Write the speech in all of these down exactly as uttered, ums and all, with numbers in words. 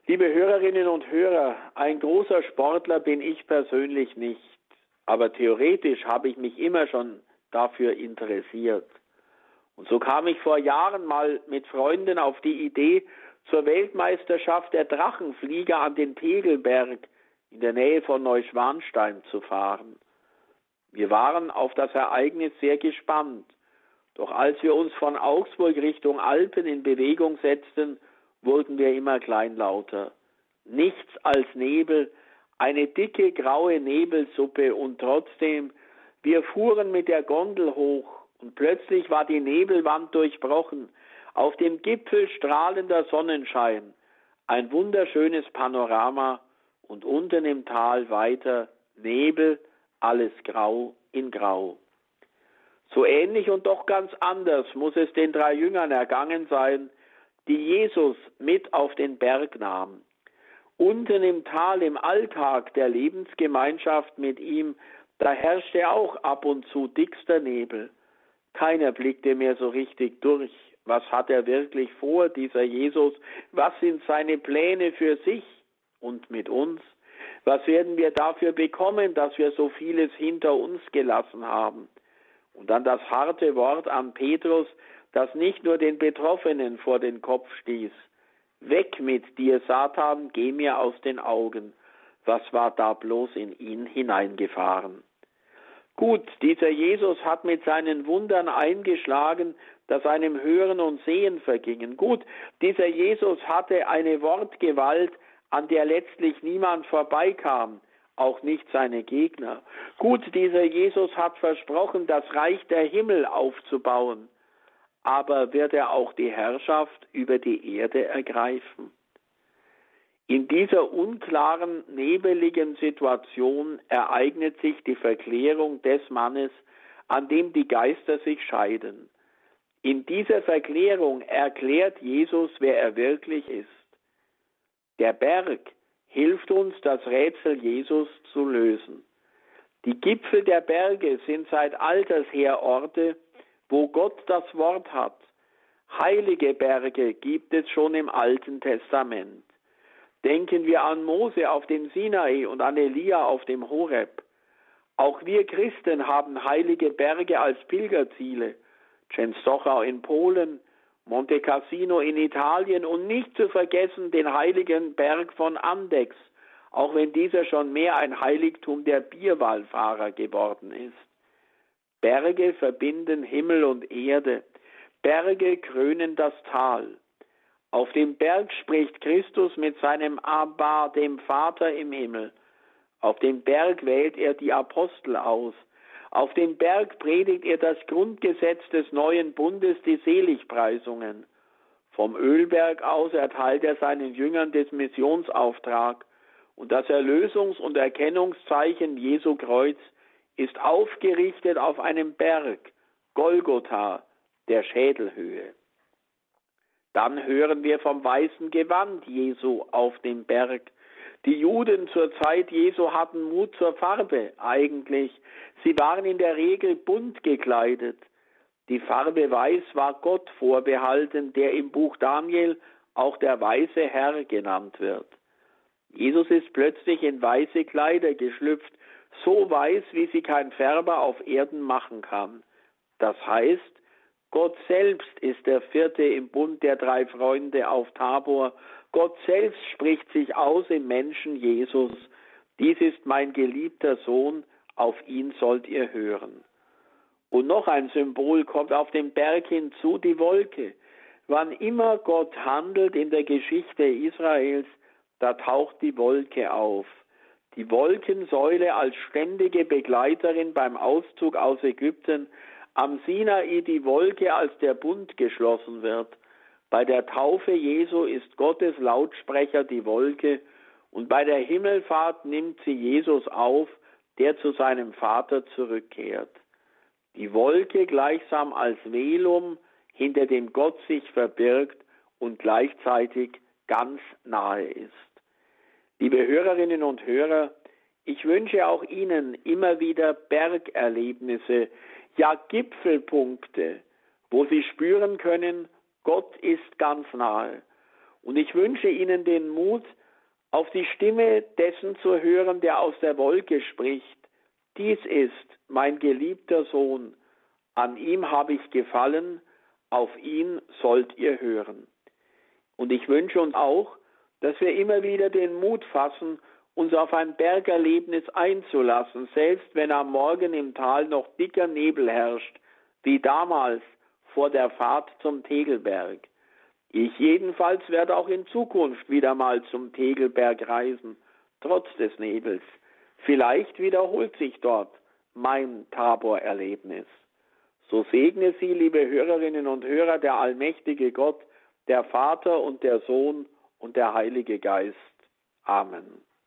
Liebe Hörerinnen und Hörer, ein großer Sportler bin ich persönlich nicht, aber theoretisch habe ich mich immer schon dafür interessiert. Und so kam ich vor Jahren mal mit Freunden auf die Idee, zur Weltmeisterschaft der Drachenflieger an den Tegelberg in der Nähe von Neuschwanstein zu fahren. Wir waren auf das Ereignis sehr gespannt, doch als wir uns von Augsburg Richtung Alpen in Bewegung setzten, wurden wir immer kleinlauter. Nichts als Nebel, eine dicke graue Nebelsuppe und trotzdem, wir fuhren mit der Gondel hoch und plötzlich war die Nebelwand durchbrochen, auf dem Gipfel strahlender Sonnenschein, ein wunderschönes Panorama und unten im Tal weiter Nebel, alles grau in grau. So ähnlich und doch ganz anders muss es den drei Jüngern ergangen sein, die Jesus mit auf den Berg nahm. Unten im Tal, im Alltag der Lebensgemeinschaft mit ihm, da herrschte auch ab und zu dickster Nebel. Keiner blickte mehr so richtig durch. Was hat er wirklich vor, dieser Jesus? Was sind seine Pläne für sich und mit uns? Was werden wir dafür bekommen, dass wir so vieles hinter uns gelassen haben? Und dann das harte Wort an Petrus, das nicht nur den Betroffenen vor den Kopf stieß. Weg mit dir, Satan, geh mir aus den Augen. Was war da bloß in ihn hineingefahren? Gut, dieser Jesus hat mit seinen Wundern eingeschlagen, dass einem Hören und Sehen vergingen. Gut, dieser Jesus hatte eine Wortgewalt, an der letztlich niemand vorbeikam, auch nicht seine Gegner. Gut, dieser Jesus hat versprochen, das Reich der Himmel aufzubauen. Aber wird er auch die Herrschaft über die Erde ergreifen? In dieser unklaren, nebeligen Situation ereignet sich die Verklärung des Mannes, an dem die Geister sich scheiden. In dieser Verklärung erklärt Jesus, wer er wirklich ist. Der Berg hilft uns, das Rätsel Jesus zu lösen. Die Gipfel der Berge sind seit alters her Orte, wo Gott das Wort hat. Heilige Berge gibt es schon im Alten Testament. Denken wir an Mose auf dem Sinai und an Elia auf dem Horeb. Auch wir Christen haben heilige Berge als Pilgerziele. Częstochow in Polen, Monte Cassino in Italien und nicht zu vergessen den heiligen Berg von Andechs, auch wenn dieser schon mehr ein Heiligtum der Bierwallfahrer geworden ist. Berge verbinden Himmel und Erde. Berge krönen das Tal. Auf dem Berg spricht Christus mit seinem Abba, dem Vater im Himmel. Auf dem Berg wählt er die Apostel aus. Auf dem Berg predigt er das Grundgesetz des neuen Bundes, die Seligpreisungen. Vom Ölberg aus erteilt er seinen Jüngern den Missionsauftrag. Und das Erlösungs- und Erkennungszeichen Jesu Kreuz ist aufgerichtet auf einem Berg, Golgotha, der Schädelhöhe. Dann hören wir vom weißen Gewand Jesu auf dem Berg. Die Juden zur Zeit Jesu hatten Mut zur Farbe eigentlich. Sie waren in der Regel bunt gekleidet. Die Farbe Weiß war Gott vorbehalten, der im Buch Daniel auch der weiße Herr genannt wird. Jesus ist plötzlich in weiße Kleider geschlüpft, so weiß, wie sie kein Färber auf Erden machen kann. Das heißt, Gott selbst ist der Vierte im Bund der drei Freunde auf Tabor. Gott selbst spricht sich aus im Menschen Jesus. Dies ist mein geliebter Sohn, auf ihn sollt ihr hören. Und noch ein Symbol kommt auf dem Berg hinzu, die Wolke. Wann immer Gott handelt in der Geschichte Israels, da taucht die Wolke auf. Die Wolkensäule als ständige Begleiterin beim Auszug aus Ägypten, am Sinai die Wolke, als der Bund geschlossen wird. Bei der Taufe Jesu ist Gottes Lautsprecher die Wolke und bei der Himmelfahrt nimmt sie Jesus auf, der zu seinem Vater zurückkehrt. Die Wolke gleichsam als Velum, hinter dem Gott sich verbirgt und gleichzeitig ganz nahe ist. Liebe Hörerinnen und Hörer, ich wünsche auch Ihnen immer wieder Bergerlebnisse, ja Gipfelpunkte, wo Sie spüren können, Gott ist ganz nahe. Und ich wünsche Ihnen den Mut, auf die Stimme dessen zu hören, der aus der Wolke spricht. Dies ist mein geliebter Sohn, an ihm habe ich gefallen, auf ihn sollt ihr hören. Und ich wünsche uns auch, dass wir immer wieder den Mut fassen, uns auf ein Bergerlebnis einzulassen, selbst wenn am Morgen im Tal noch dicker Nebel herrscht, wie damals vor der Fahrt zum Tegelberg. Ich jedenfalls werde auch in Zukunft wieder mal zum Tegelberg reisen, trotz des Nebels. Vielleicht wiederholt sich dort mein Tabor-Erlebnis. So segne Sie, liebe Hörerinnen und Hörer, der allmächtige Gott, der Vater und der Sohn und der Heilige Geist. Amen.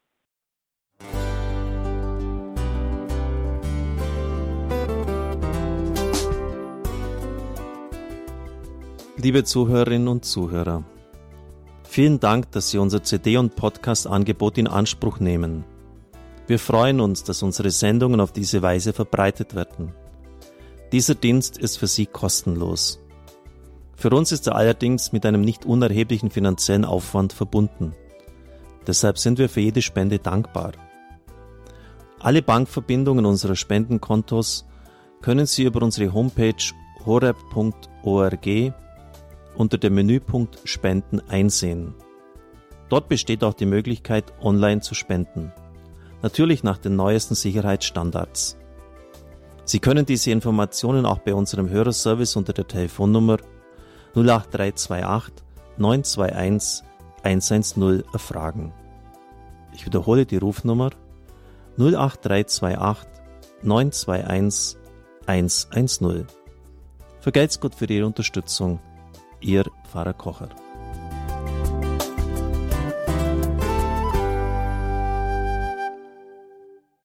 Liebe Zuhörerinnen und Zuhörer, vielen Dank, dass Sie unser C D- und Podcast-Angebot in Anspruch nehmen. Wir freuen uns, dass unsere Sendungen auf diese Weise verbreitet werden. Dieser Dienst ist für Sie kostenlos. Für uns ist er allerdings mit einem nicht unerheblichen finanziellen Aufwand verbunden. Deshalb sind wir für jede Spende dankbar. Alle Bankverbindungen unserer Spendenkontos können Sie über unsere Homepage horeb punkt org unter dem Menüpunkt Spenden einsehen. Dort besteht auch die Möglichkeit, online zu spenden. Natürlich nach den neuesten Sicherheitsstandards. Sie können diese Informationen auch bei unserem Hörerservice unter der Telefonnummer null acht drei zwei acht neun zwei eins eins eins null erfragen. Ich wiederhole die Rufnummer null acht drei zwei acht neun zwei eins eins eins null. Vergelt's Gott für Ihre Unterstützung. Ihr Pfarrer Kocher.